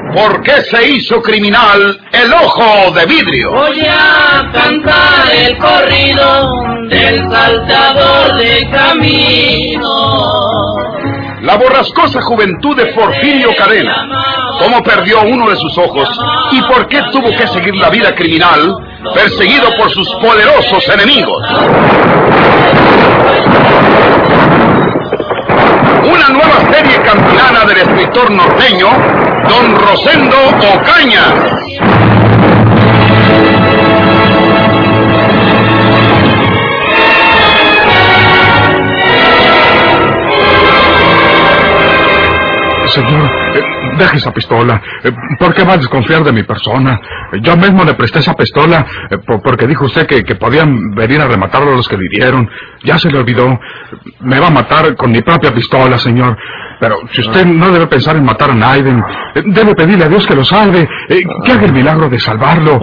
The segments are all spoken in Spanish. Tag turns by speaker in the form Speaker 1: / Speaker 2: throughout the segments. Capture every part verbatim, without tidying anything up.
Speaker 1: ¿Por qué se hizo criminal el Ojo de Vidrio?
Speaker 2: Voy a cantar el corrido del saltador de camino.
Speaker 1: La borrascosa juventud de Porfirio Cadena. ¿Cómo perdió uno de sus ojos? ¿Y por qué tuvo que seguir la vida criminal, perseguido por sus poderosos enemigos? Una nueva serie campilana del escritor norteño, don Rosendo Ocaña.
Speaker 3: Señor, eh, deje esa pistola. Eh, ¿Por qué va a desconfiar de mi persona? Yo mismo le presté esa pistola eh, por, porque dijo usted que, que podían venir a rematarlo los que vivieron. Ya se le olvidó. Me va a matar con mi propia pistola, señor. Pero si usted no debe pensar en matar a Naiden, eh, debe pedirle a Dios que lo salve, eh, que haga el milagro de salvarlo.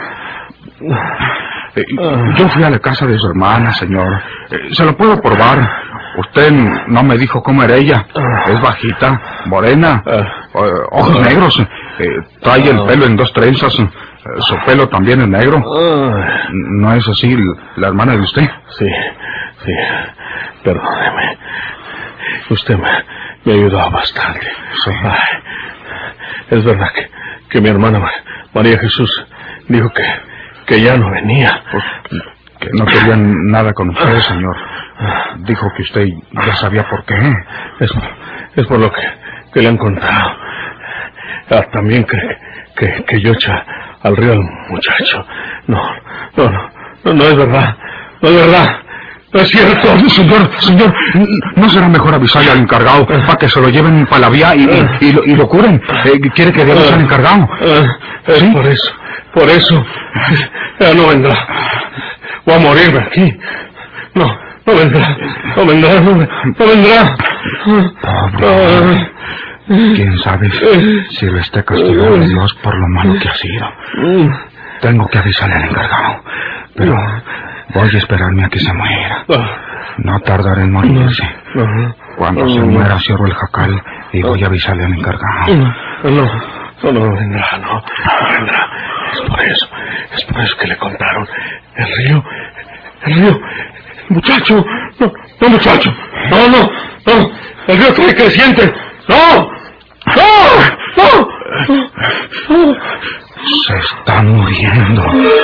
Speaker 3: Eh, yo fui a la casa de su hermana, señor. Eh, se lo puedo probar. Usted no me dijo cómo era ella. Es bajita, morena, ojos negros, eh, trae el pelo en dos trenzas, eh, su pelo también es negro. ¿No es así la hermana de usted?
Speaker 4: Sí, sí, perdóneme. Usted me, me ayudó bastante.
Speaker 3: Sí.
Speaker 4: Ay, es verdad que, que mi hermana María Jesús dijo que, que ya no venía.
Speaker 3: Pues, que no querían nada con usted, señor. Dijo que usted ya sabía por qué.
Speaker 4: Es, es por lo que, que le han contado. Ah, también cree que, que yo echa al río al muchacho. No, no, no, no, no es verdad. No es verdad. No es cierto.
Speaker 3: Señor, señor, ¿no será mejor avisarle al encargado para que se lo lleven para la vía y, y, y, lo, y lo curen? Eh, ¿Quiere que le avise al encargado?
Speaker 4: Es
Speaker 3: ¿Sí?
Speaker 4: por eso, por eso. Ya no vendrá. Voy a morirme aquí. No, no vendrá, no vendrá, no, no vendrá.
Speaker 3: Pobre. ¿Quién sabe si le esté castigando a Dios por lo malo que ha sido? Tengo que avisarle al encargado, pero voy a esperarme a que se muera. No tardaré en morirse. Cuando se muera cierro el jacal y voy a avisarle al encargado.
Speaker 4: No, no, no vendrá, no, no vendrá. Es por eso, es por eso que le contaron. El río, el río, el muchacho, no, no muchacho, no, no, no, el río trae creciente, no, no, no, no.
Speaker 3: Se está muriendo.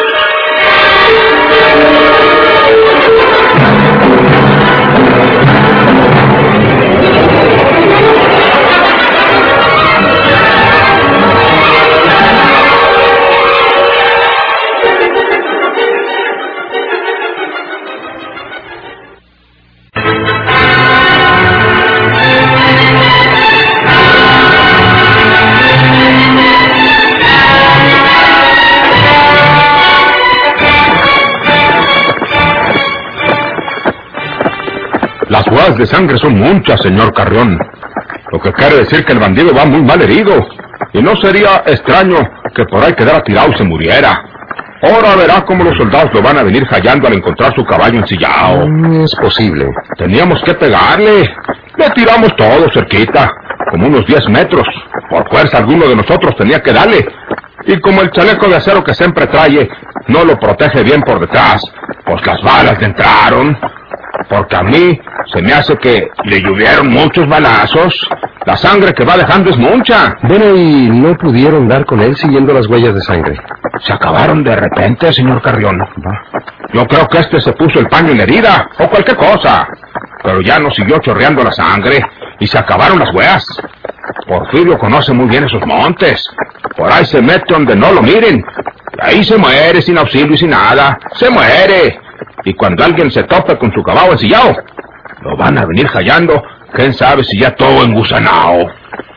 Speaker 5: Las huellas de sangre son muchas, señor Carrión. Lo que quiere decir que el bandido va muy mal herido. Y no sería extraño que por ahí quedara tirado y se muriera. Ahora verá cómo los soldados lo van a venir hallando al encontrar su caballo ensillado.
Speaker 6: No es posible.
Speaker 5: Teníamos que pegarle. Le tiramos todo cerquita, como unos diez metros. Por fuerza alguno de nosotros tenía que darle. Y como el chaleco de acero que siempre trae no lo protege bien por detrás, pues las balas le entraron. Porque a mí se me hace que le llovieron muchos balazos. La sangre que va dejando es mucha.
Speaker 6: Bueno, ¿y no pudieron dar con él siguiendo las huellas de sangre?
Speaker 5: Se acabaron de repente, señor Carrión. Yo creo que este se puso el paño en la herida, o cualquier cosa. Pero ya no siguió chorreando la sangre, y se acabaron las huellas. Porfirio conoce muy bien esos montes. Por ahí se mete donde no lo miren. Y ahí se muere sin auxilio y sin nada. Se muere. Y cuando alguien se tope con su caballo ensillado, lo van a venir hallando, quién sabe si ya todo engusanao.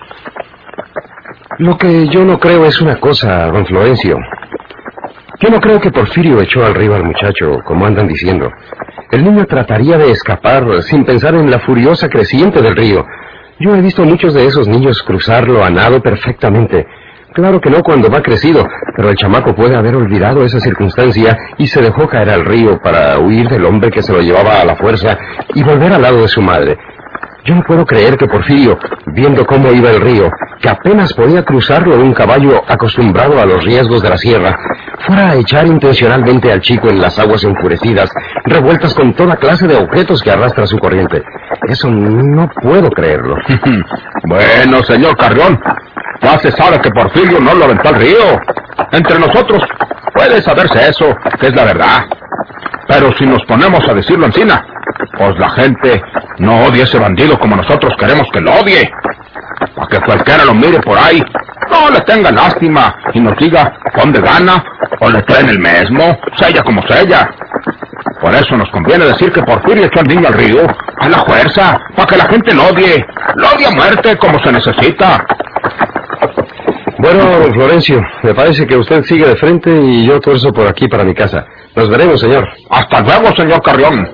Speaker 6: Lo que yo no creo es una cosa, don Florencio. Yo no creo que Porfirio echó al río al muchacho, como andan diciendo. El niño trataría de escapar sin pensar en la furiosa creciente del río. Yo he visto muchos de esos niños cruzarlo a nado perfectamente. Claro que no cuando va crecido, pero el chamaco puede haber olvidado esa circunstancia y se dejó caer al río para huir del hombre que se lo llevaba a la fuerza y volver al lado de su madre. Yo no puedo creer que Porfirio, viendo cómo iba el río, que apenas podía cruzarlo un caballo acostumbrado a los riesgos de la sierra, fuera a echar intencionalmente al chico en las aguas enfurecidas, revueltas con toda clase de objetos que arrastra su corriente. Eso no puedo creerlo.
Speaker 5: Bueno, señor Carrión, ya se sabe que Porfirio no lo aventó al río. Entre nosotros puede saberse eso, que es la verdad. Pero si nos ponemos a decirlo encima, pues la gente no odia a ese bandido como nosotros queremos que lo odie. Para que cualquiera lo mire por ahí, no le tenga lástima y nos diga dónde gana o le traen el mismo, sella como sella. Por eso nos conviene decir que Porfirio echó al niño al río, a la fuerza, para que la gente lo odie, lo odie a muerte como se necesita.
Speaker 6: Bueno, don Florencio, me parece que usted sigue de frente y yo tuerzo por aquí para mi casa. Nos veremos, señor.
Speaker 5: Hasta luego, señor Carrión.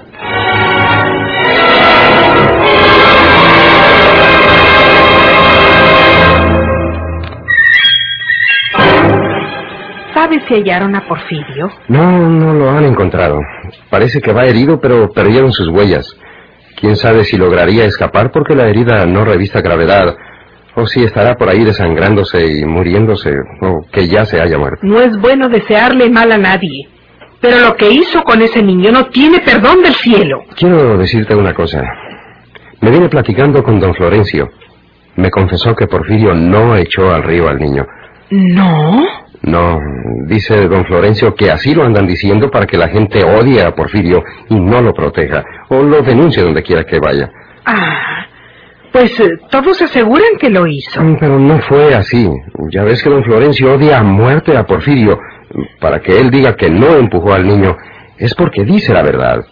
Speaker 7: ¿Sabes si hallaron a Porfirio?
Speaker 6: No, no lo han encontrado. Parece que va herido, pero perdieron sus huellas. Quién sabe si lograría escapar porque la herida no revista gravedad, o si estará por ahí desangrándose y muriéndose, o que ya se haya muerto.
Speaker 7: No es bueno desearle mal a nadie, pero lo que hizo con ese niño no tiene perdón del cielo.
Speaker 6: Quiero decirte una cosa. Me vine platicando con don Florencio. Me confesó que Porfirio no echó al río al niño.
Speaker 7: ¿No?
Speaker 6: No, dice don Florencio que así lo andan diciendo para que la gente odie a Porfirio y no lo proteja, o lo denuncie donde quiera que vaya.
Speaker 7: Ah, pues eh, todos aseguran que lo hizo.
Speaker 6: Pero no fue así. Ya ves que don Florencio odia a muerte a Porfirio. Para que él diga que no empujó al niño, es porque dice la verdad.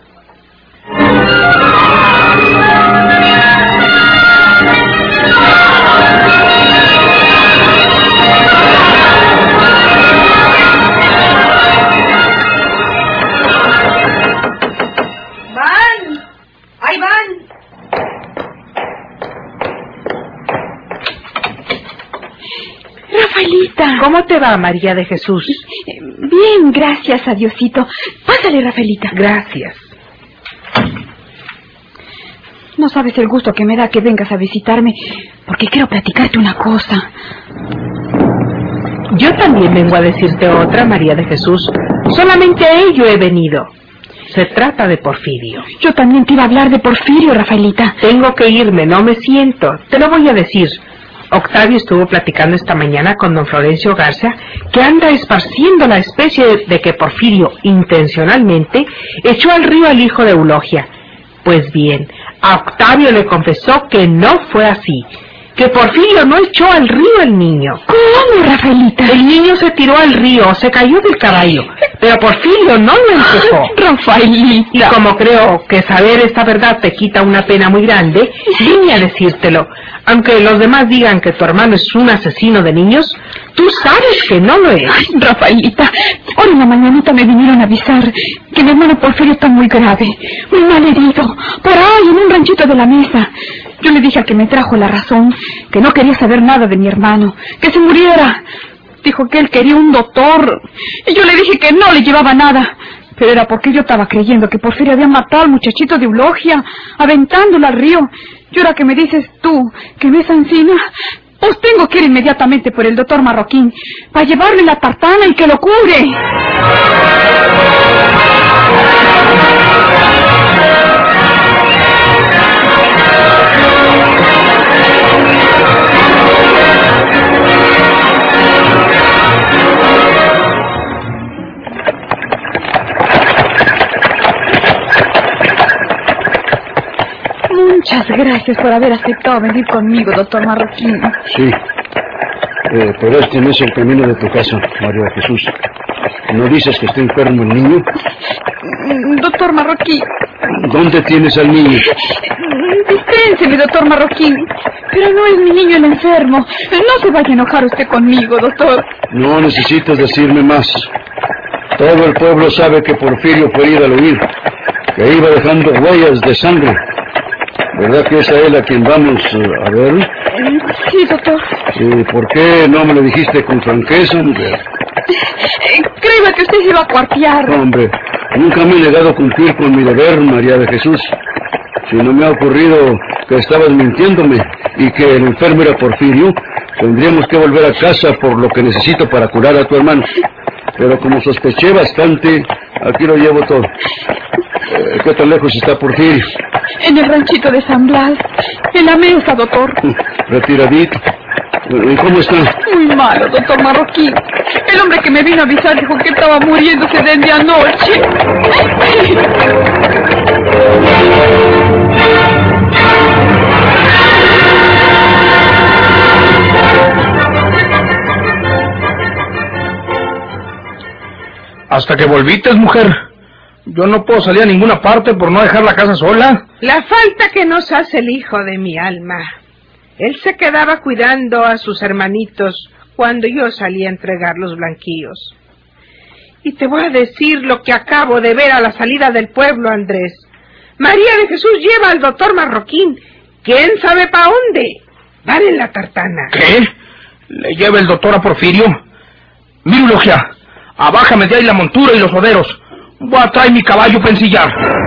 Speaker 7: Rafaelita. ¿Cómo te va, María de Jesús?
Speaker 8: Bien, gracias a Diosito. Pásale, Rafaelita.
Speaker 7: Gracias.
Speaker 8: No sabes el gusto que me da que vengas a visitarme, porque quiero platicarte una cosa.
Speaker 7: Yo también vengo a decirte otra, María de Jesús. Solamente a ello he venido. Se trata de Porfirio.
Speaker 8: Yo también te iba a hablar de Porfirio, Rafaelita.
Speaker 7: Tengo que irme, no me siento. Te lo voy a decir. Octavio estuvo platicando esta mañana con don Florencio Garza, que anda esparciendo la especie de que Porfirio, intencionalmente, echó al río al hijo de Eulogia. Pues bien, a Octavio le confesó que no fue así, que Porfirio no echó al río al niño.
Speaker 8: ¿Cómo, Rafaelita?
Speaker 7: El niño se tiró al río, se cayó del caballo, pero Porfirio no lo empujó.
Speaker 8: Rafaelita.
Speaker 7: Y como creo que saber esta verdad te quita una pena muy grande, vine a decírtelo. Aunque los demás digan que tu hermano es un asesino de niños, tú sabes que no lo es.
Speaker 8: Ay, Rafaelita, hoy en la mañanita me vinieron a avisar que mi hermano Porfirio está muy grave, muy mal herido, por ahí en un ranchito de la mesa. Yo le dije al que me trajo la razón que no quería saber nada de mi hermano, que se muriera. Dijo que él quería un doctor, y yo le dije que no le llevaba nada. Pero era porque yo estaba creyendo que Porfirio había matado al muchachito de Eulogia, aventándolo al río. Y ahora que me dices tú que me es encina, pues tengo que ir inmediatamente por el doctor Marroquín para llevarle la tartana y que lo cure. Muchas gracias por haber aceptado venir conmigo, doctor Marroquín.
Speaker 4: Sí, eh, pero este no es el camino de tu casa, María de Jesús. ¿No dices que está enfermo el niño?
Speaker 8: Doctor Marroquín.
Speaker 4: ¿Dónde tienes al niño?
Speaker 8: Dispénseme, doctor Marroquín. Pero no es mi niño el enfermo. No se vaya a enojar usted conmigo, doctor.
Speaker 4: No necesitas decirme más. Todo el pueblo sabe que Porfirio fue herido al huir, que iba dejando huellas de sangre. ¿Verdad que es a él a quien vamos a ver?
Speaker 8: Sí, doctor.
Speaker 4: ¿Y por qué no me lo dijiste con franqueza, mujer?
Speaker 8: Creía que usted se iba a cuartear.
Speaker 4: Hombre, nunca me he negado a cumplir con mi deber, María de Jesús. Si no me ha ocurrido
Speaker 9: que estabas mintiéndome y que el enfermo era Porfirio, tendríamos que volver a casa por lo que necesito para curar a tu hermano. Pero como sospeché bastante, aquí lo llevo todo. Eh, ¿Qué tan lejos está Porfirio?
Speaker 8: En el ranchito de San Blas, en la mesa, doctor.
Speaker 9: Retiradito. ¿Y cómo está?
Speaker 8: Muy malo, doctor Marroquín. El hombre que me vino a avisar dijo que estaba muriéndose desde anoche.
Speaker 5: Hasta que volvites, mujer. Yo no puedo salir a ninguna parte por no dejar la casa sola.
Speaker 7: La falta que nos hace el hijo de mi alma. Él se quedaba cuidando a sus hermanitos cuando yo salí a entregar los blanquillos. Y te voy a decir lo que acabo de ver a la salida del pueblo, Andrés. María de Jesús lleva al doctor Marroquín. ¿Quién sabe para dónde? Van en la tartana.
Speaker 5: ¿Qué? ¿Le lleva el doctor a Porfirio? Mira, Logia, abájame de ahí la montura y los roderos. Voy a traer mi caballo para ensillar.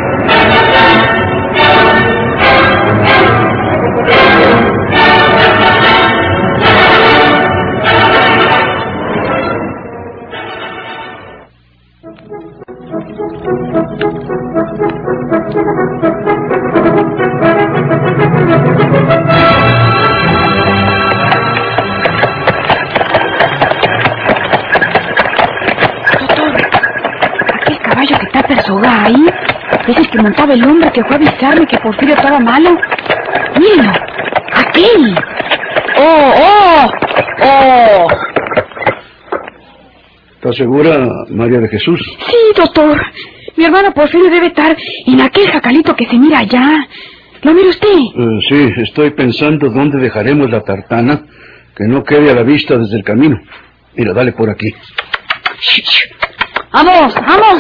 Speaker 8: ¿Soga ahí? ¿Es el que montaba el hombre que fue a avisarme que Porfirio estaba malo? ¡Mírenlo! ¡Aquel! ¡Oh, oh! ¡Oh!
Speaker 9: ¿Estás segura, María de Jesús?
Speaker 8: Sí, doctor. Mi hermano Porfirio debe estar en aquel jacalito que se mira allá. ¿Lo mira usted?
Speaker 9: Uh, sí, estoy pensando dónde dejaremos la tartana que no quede a la vista desde el camino. Mira, dale por aquí.
Speaker 8: ¡Vamos, vamos!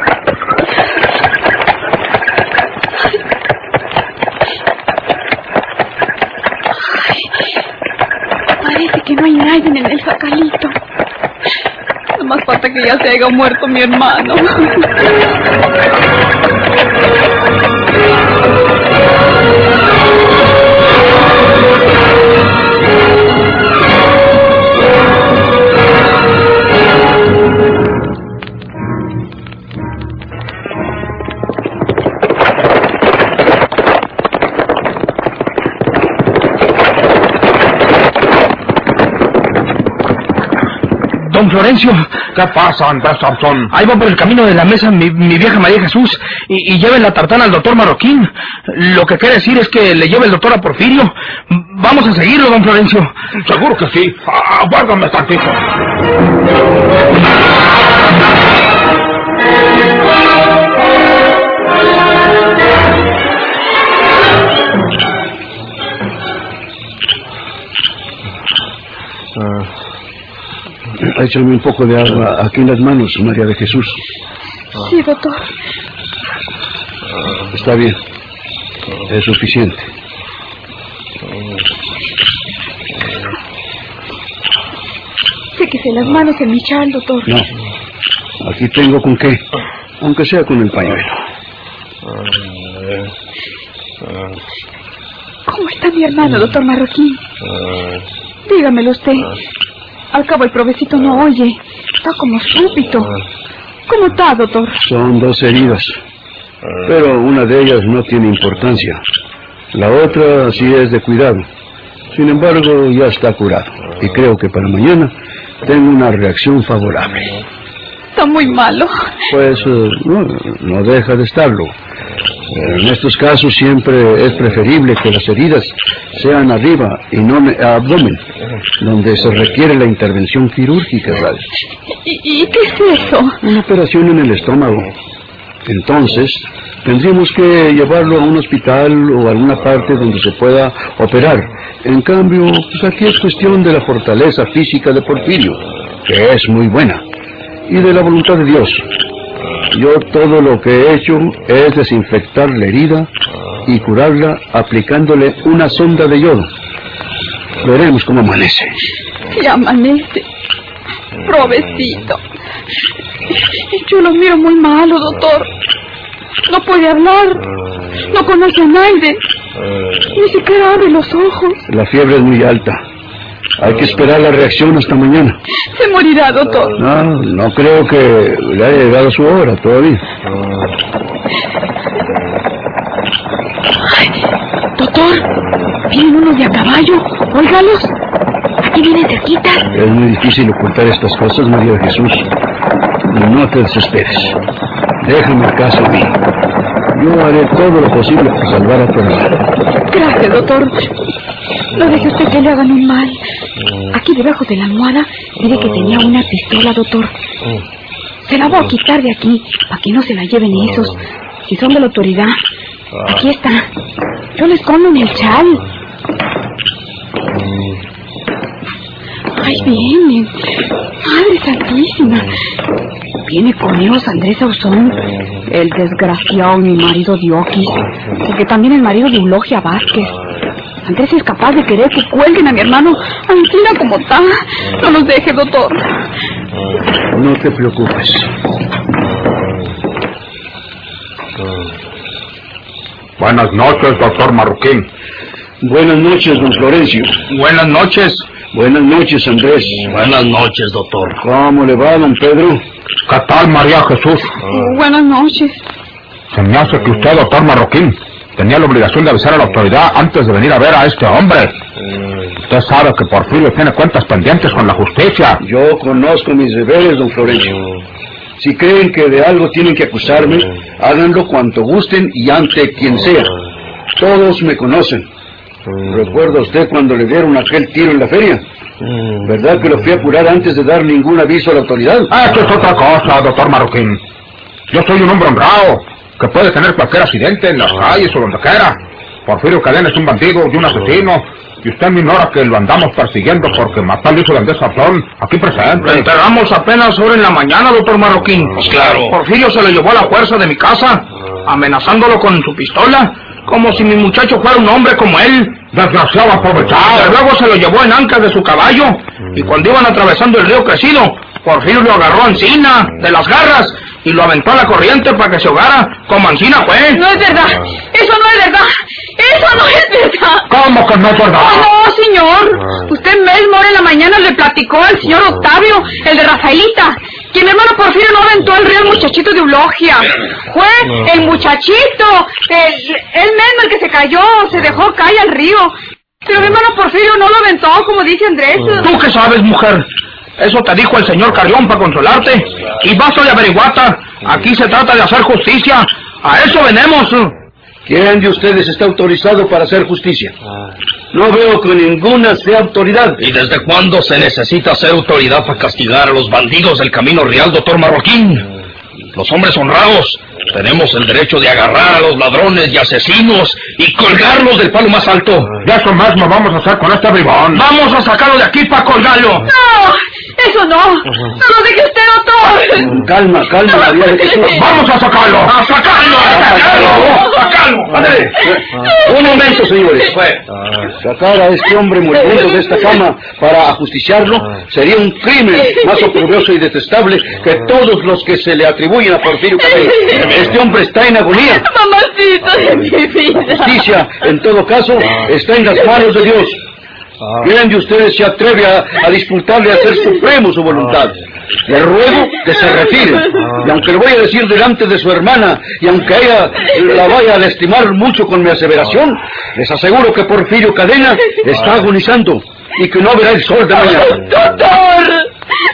Speaker 8: Parece que no hay nadie en el jacalito. No más falta que ya se haya muerto mi hermano.
Speaker 5: Don Florencio.
Speaker 6: ¿Qué pasa, Andrés Sansón?
Speaker 5: Ahí va por el camino de la mesa mi, mi vieja María Jesús y, y lleva la tartana al doctor Marroquín. Lo que quiere decir es que le lleva el doctor a Porfirio. Vamos a seguirlo, don Florencio.
Speaker 6: Seguro que sí. Aguárdame tantito.
Speaker 9: Échame un poco de agua aquí en las manos, María de Jesús.
Speaker 8: Sí, doctor.
Speaker 9: Está bien. Es suficiente.
Speaker 8: Séquese las manos en mi chal, doctor.
Speaker 9: No. Aquí tengo con qué. Aunque sea con el pañuelo.
Speaker 8: ¿Cómo está mi hermano, doctor Marroquín? Dígamelo usted. Al cabo el provecito no oye. Está como súbito. ¿Cómo está, doctor?
Speaker 9: Son dos heridas. Pero una de ellas no tiene importancia. La otra sí es de cuidado. Sin embargo, ya está curado. Y creo que para mañana tengo una reacción favorable.
Speaker 8: Está muy malo.
Speaker 9: Pues uh, no, no deja de estarlo. En estos casos siempre es preferible que las heridas sean arriba y no en el abdomen, donde se requiere la intervención quirúrgica, ¿sabes?
Speaker 8: ¿Y, ¿Y qué es eso?
Speaker 9: Una operación en el estómago. Entonces, tendríamos que llevarlo a un hospital o a alguna parte donde se pueda operar. En cambio, pues aquí es cuestión de la fortaleza física de Porfirio, que es muy buena, y de la voluntad de Dios. Yo todo lo que he hecho es desinfectar la herida y curarla aplicándole una sonda de yodo. Veremos cómo amanece.
Speaker 8: Sí, amanece. Provecito. Yo lo miro muy malo, doctor. No puede hablar. No conoce a nadie. Ni siquiera abre los ojos.
Speaker 9: La fiebre es muy alta. Hay que esperar la reacción hasta mañana.
Speaker 8: Se morirá, doctor.
Speaker 9: No, no creo que le haya llegado su hora todavía.
Speaker 8: Ay, doctor, vienen unos de a caballo. Óigalos. Aquí vienen cerquita.
Speaker 9: Es muy difícil ocultar estas cosas, María de Jesús. No te desesperes. Déjame el caso a mí. Yo haré todo lo posible para salvar a tu hermano.
Speaker 8: Gracias, doctor. No deje usted que le hagan un mal. Aquí debajo de la almohada diré que tenía una pistola, doctor. Se la voy a quitar de aquí para que no se la lleven esos. Si son de la autoridad. Aquí está. Yo la escondo en el chal. Ahí vienen. Madre Santísima. Viene con ellos Andrés Ausón, el desgraciado mi marido Dioquis, porque también el marido de Eulogia Vázquez. Andrés es capaz de querer que cuelguen a mi hermano Ancina como está. No nos deje, doctor.
Speaker 9: No te preocupes.
Speaker 5: Buenas noches, doctor Marroquín.
Speaker 9: Buenas noches, don Florencio.
Speaker 5: Buenas noches.
Speaker 9: Buenas noches, Andrés.
Speaker 2: Buenas noches, doctor.
Speaker 9: ¿Cómo le va, don Pedro?
Speaker 5: ¿Qué tal, María Jesús?
Speaker 8: Uh, buenas noches.
Speaker 5: Se me hace que usted, doctor Marroquín, tenía la obligación de avisar a la autoridad antes de venir a ver a este hombre. Usted sabe que Porfirio tiene cuentas pendientes con la justicia.
Speaker 9: Yo conozco mis deberes, don Florencio. Si creen que de algo tienen que acusarme, háganlo cuanto gusten y ante quien sea. Todos me conocen. ¿Recuerda usted cuando le dieron aquel tiro en la feria? ¿Verdad que lo fui a curar antes de dar ningún aviso a la autoridad?
Speaker 5: Ah, esto es otra cosa, doctor Marroquín. Yo soy un hombre honrado, que puede tener cualquier accidente en las calles o donde quiera. Porfirio Cadena es un bandido y un asesino, y usted me ignora que lo andamos persiguiendo porque mató al hijo de Andrés Sazón, aquí presente.
Speaker 10: Lo enterramos apenas ahora en la mañana, doctor Marroquín.
Speaker 2: Pues claro.
Speaker 10: Porfirio se lo llevó a la fuerza de mi casa, amenazándolo con su pistola, como si mi muchacho fuera un hombre como él.
Speaker 5: Desgraciado aprovechado.
Speaker 10: Y luego se lo llevó en ancas de su caballo, y cuando iban atravesando el río Crecido, Porfirio lo agarró a Ancina, de las garras, y lo aventó a la corriente para que se ahogara, como Ancina fue.
Speaker 8: No es verdad. Eso no es verdad. Eso no es verdad.
Speaker 5: ¿Cómo que no es verdad?
Speaker 8: Oh, no, señor. Usted mismo ahora en la mañana le platicó al señor Octavio, el de Rafaelita, que mi hermano Porfirio no aventó al río al muchachito de Eulogia. Fue el muchachito, el, él mismo el que se cayó, se dejó caer al río. Pero mi hermano Porfirio no lo aventó, como dice Andrés.
Speaker 10: ¿Tú qué sabes, mujer? Eso te dijo el señor Carrión para consolarte. Y vas a averiguata. Aquí se trata de hacer justicia. A eso venimos.
Speaker 9: ¿Quién de ustedes está autorizado para hacer justicia? No veo que ninguna sea autoridad.
Speaker 2: ¿Y desde cuándo se necesita ser autoridad para castigar a los bandidos del camino real, doctor Marroquín? Los hombres honrados tenemos el derecho de agarrar a los ladrones y asesinos y colgarlos del palo más alto.
Speaker 5: Y eso mismo vamos a hacer con este bribón.
Speaker 10: Vamos a sacarlo de aquí para colgarlo.
Speaker 8: No, eso no. No lo deje usted, doctor.
Speaker 9: Calma, calma, María de Jesús.
Speaker 5: ¡Vamos a sacarlo!
Speaker 10: ¡A sacarlo! ¡A sacarlo! ¡A sacarlo!
Speaker 9: ¡Ándale! Un momento, señores. Sacar a este hombre moribundo de esta cama para ajusticiarlo sería un crimen más oprobioso y detestable que todos los que se le atribuyen a Porfirio Cadena. Este hombre está en agonía.
Speaker 8: Mamacita de mi vida.
Speaker 9: La justicia, en todo caso, está en las manos de Dios. ¿Quién de ustedes se atreve a, a disputarle a hacer supremo su voluntad? Le ruego que se retire. Y aunque le voy a decir delante de su hermana, y aunque ella la vaya a lastimar mucho con mi aseveración, les aseguro que Porfirio Cadena está agonizando y que no verá el sol de mañana.
Speaker 8: ¡Doctor!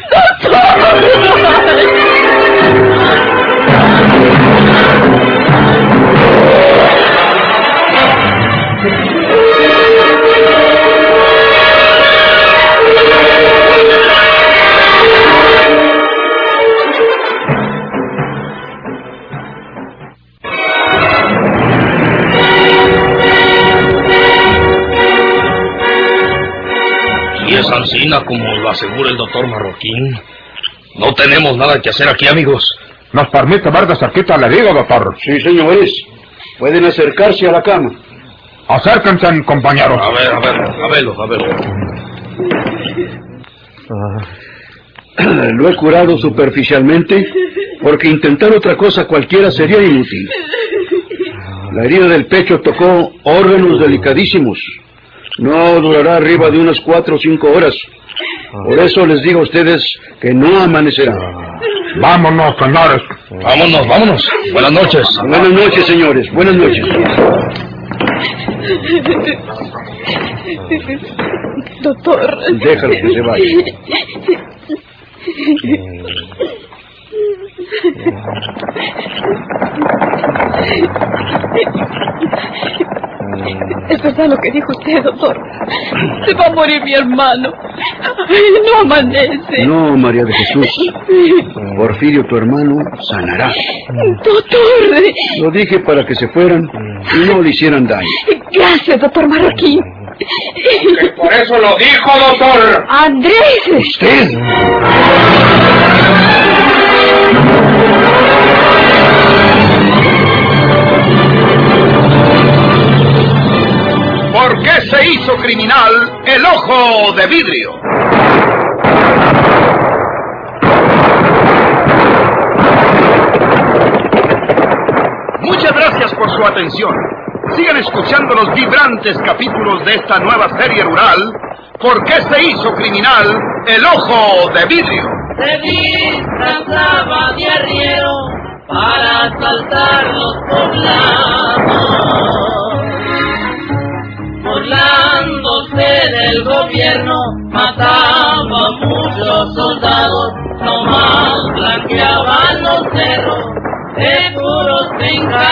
Speaker 8: ¡Doctor!
Speaker 2: Y es Ancina, como lo asegura el doctor Marroquín. No tenemos nada que hacer aquí, amigos.
Speaker 5: ¿Nos permite ver de cerquita al herido, doctor?
Speaker 9: Sí, señores. Pueden acercarse a la cama.
Speaker 5: Acérquense, compañeros.
Speaker 2: A ver, a ver, a verlo, a verlo.
Speaker 9: Lo he curado superficialmente porque intentar otra cosa cualquiera sería inútil. La herida del pecho tocó órganos delicadísimos. No durará arriba de unas cuatro o cinco horas. Por eso les digo a ustedes que no amanecerá.
Speaker 3: Vámonos, señores.
Speaker 2: Vámonos, vámonos. Buenas noches.
Speaker 9: Buenas noches, señores. Buenas noches.
Speaker 8: Doctor.
Speaker 9: Déjalo que se vaya.
Speaker 8: Es verdad lo que dijo usted, doctor. Se va a morir mi hermano. No amanece.
Speaker 9: No, María de Jesús. Porfirio, tu hermano, sanará.
Speaker 8: Doctor.
Speaker 9: Lo dije para que se fueran y no le hicieran daño.
Speaker 8: Gracias, doctor Marroquín.
Speaker 10: Que por eso lo dijo, doctor.
Speaker 8: Andrés.
Speaker 9: ¿Usted?
Speaker 1: ¿Por qué se hizo criminal el ojo de vidrio? Muchas gracias por su atención. Sigan escuchando los vibrantes capítulos de esta nueva serie rural, ¿Por qué se hizo criminal el ojo de vidrio?
Speaker 11: Se disfrazaba de arriero para asaltar los poblados. Burlándose del gobierno, mataba a muchos soldados, nomás blanqueaban los cerros de puros vengados.